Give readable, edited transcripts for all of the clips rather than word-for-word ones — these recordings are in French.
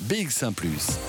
BX1 ⁇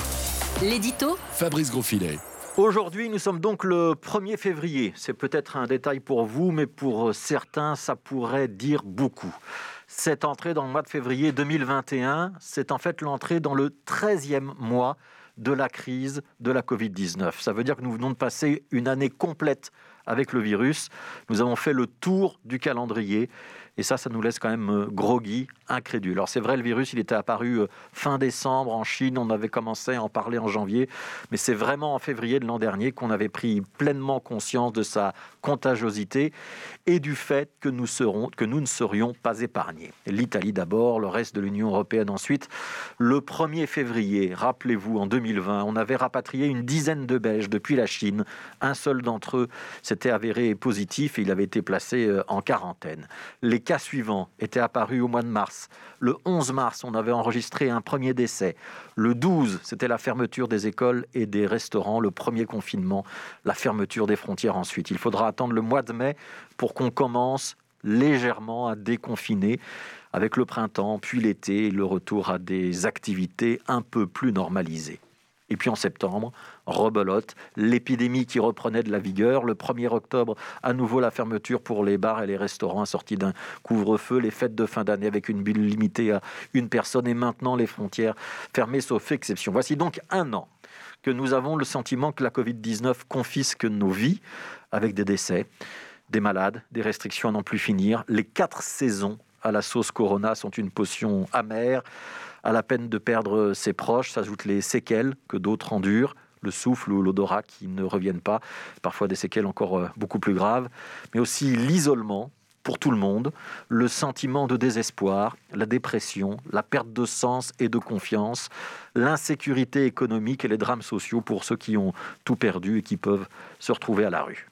L'édito Fabrice Grosfilet. Aujourd'hui, nous sommes donc le 1er février. C'est peut-être un détail pour vous, mais pour certains, ça pourrait dire beaucoup. Cette entrée dans le mois de février 2021, c'est en fait l'entrée dans le 13e mois de la crise de la Covid-19. Ça veut dire que nous venons de passer une année complète avec le virus. Nous avons fait le tour du calendrier. Et ça nous laisse quand même groggy, incrédule. Alors c'est vrai, le virus, il était apparu fin décembre en Chine. On avait commencé à en parler en janvier. Mais c'est vraiment en février de l'an dernier qu'on avait pris pleinement conscience de sa contagiosité et du fait que nous ne serions pas épargnés. L'Italie d'abord, le reste de l'Union européenne ensuite. Le 1er février, rappelez-vous, en 2020, on avait rapatrié une dizaine de Belges depuis la Chine. Un seul d'entre eux s'était avéré positif et il avait été placé en quarantaine. Les cas suivants étaient apparus au mois de mars. Le 11 mars, on avait enregistré un premier décès. Le 12, c'était la fermeture des écoles et des restaurants, le premier confinement, la fermeture des frontières ensuite. Il faudra attendre le mois de mai pour qu'on commence légèrement à déconfiner avec le printemps, puis l'été, le retour à des activités un peu plus normalisées. Et puis en septembre, rebelote, l'épidémie qui reprenait de la vigueur. Le 1er octobre, à nouveau la fermeture pour les bars et les restaurants assortis d'un couvre-feu, les fêtes de fin d'année avec une bulle limitée à une personne et maintenant les frontières fermées sauf exception. Voici donc un an que nous avons le sentiment que la Covid-19 confisque nos vies avec des décès, des malades, des restrictions à n'en plus finir. Les 4 saisons à la sauce Corona sont une potion amère. À la peine de perdre ses proches, s'ajoutent les séquelles que d'autres endurent, le souffle ou l'odorat qui ne reviennent pas, parfois des séquelles encore beaucoup plus graves, mais aussi l'isolement pour tout le monde, le sentiment de désespoir, la dépression, la perte de sens et de confiance, l'insécurité économique et les drames sociaux pour ceux qui ont tout perdu et qui peuvent se retrouver à la rue.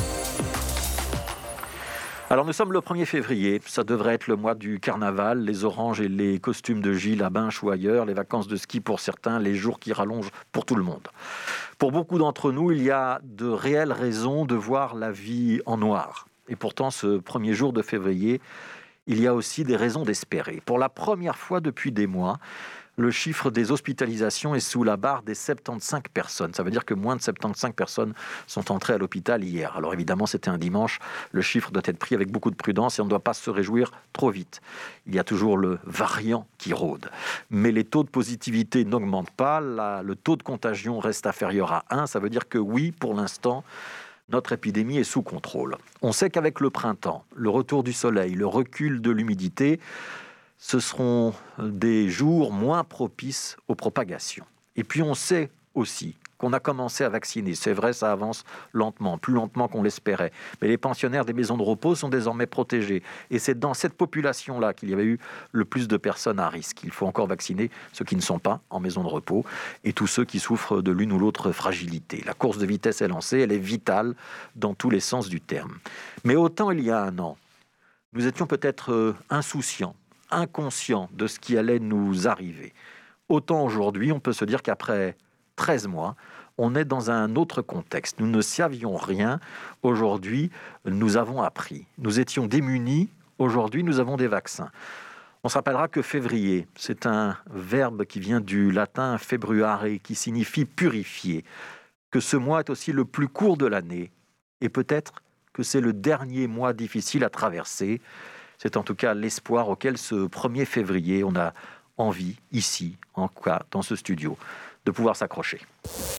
Alors nous sommes le 1er février, ça devrait être le mois du carnaval, les oranges et les costumes de Gilles à Binche ou ailleurs, les vacances de ski pour certains, les jours qui rallongent pour tout le monde. Pour beaucoup d'entre nous, il y a de réelles raisons de voir la vie en noir. Et pourtant, ce 1er jour de février, il y a aussi des raisons d'espérer. Pour la première fois depuis des mois, le chiffre des hospitalisations est sous la barre des 75 personnes. Ça veut dire que moins de 75 personnes sont entrées à l'hôpital hier. Alors évidemment, c'était un dimanche. Le chiffre doit être pris avec beaucoup de prudence et on ne doit pas se réjouir trop vite. Il y a toujours le variant qui rôde. Mais les taux de positivité n'augmentent pas. Le taux de contagion reste inférieur à 1. Ça veut dire que oui, pour l'instant, notre épidémie est sous contrôle. On sait qu'avec le printemps, le retour du soleil, le recul de l'humidité, ce seront des jours moins propices aux propagations. Et puis on sait aussi qu'on a commencé à vacciner. C'est vrai, ça avance lentement, plus lentement qu'on l'espérait. Mais les pensionnaires des maisons de repos sont désormais protégés. Et c'est dans cette population-là qu'il y avait eu le plus de personnes à risque. Il faut encore vacciner ceux qui ne sont pas en maison de repos et tous ceux qui souffrent de l'une ou l'autre fragilité. La course de vitesse est lancée, elle est vitale dans tous les sens du terme. Mais autant il y a un an, nous étions peut-être insouciants, inconscient de ce qui allait nous arriver. Autant aujourd'hui, on peut se dire qu'après 13 mois, on est dans un autre contexte. Nous ne savions rien. Aujourd'hui, nous avons appris. Nous étions démunis. Aujourd'hui, nous avons des vaccins. On se rappellera que février, c'est un verbe qui vient du latin februare, qui signifie purifier. Que ce mois est aussi le plus court de l'année. Et peut-être que c'est le dernier mois difficile à traverser. C'est en tout cas l'espoir auquel ce 1er février, on a envie, ici, en tout cas dans ce studio, de pouvoir s'accrocher.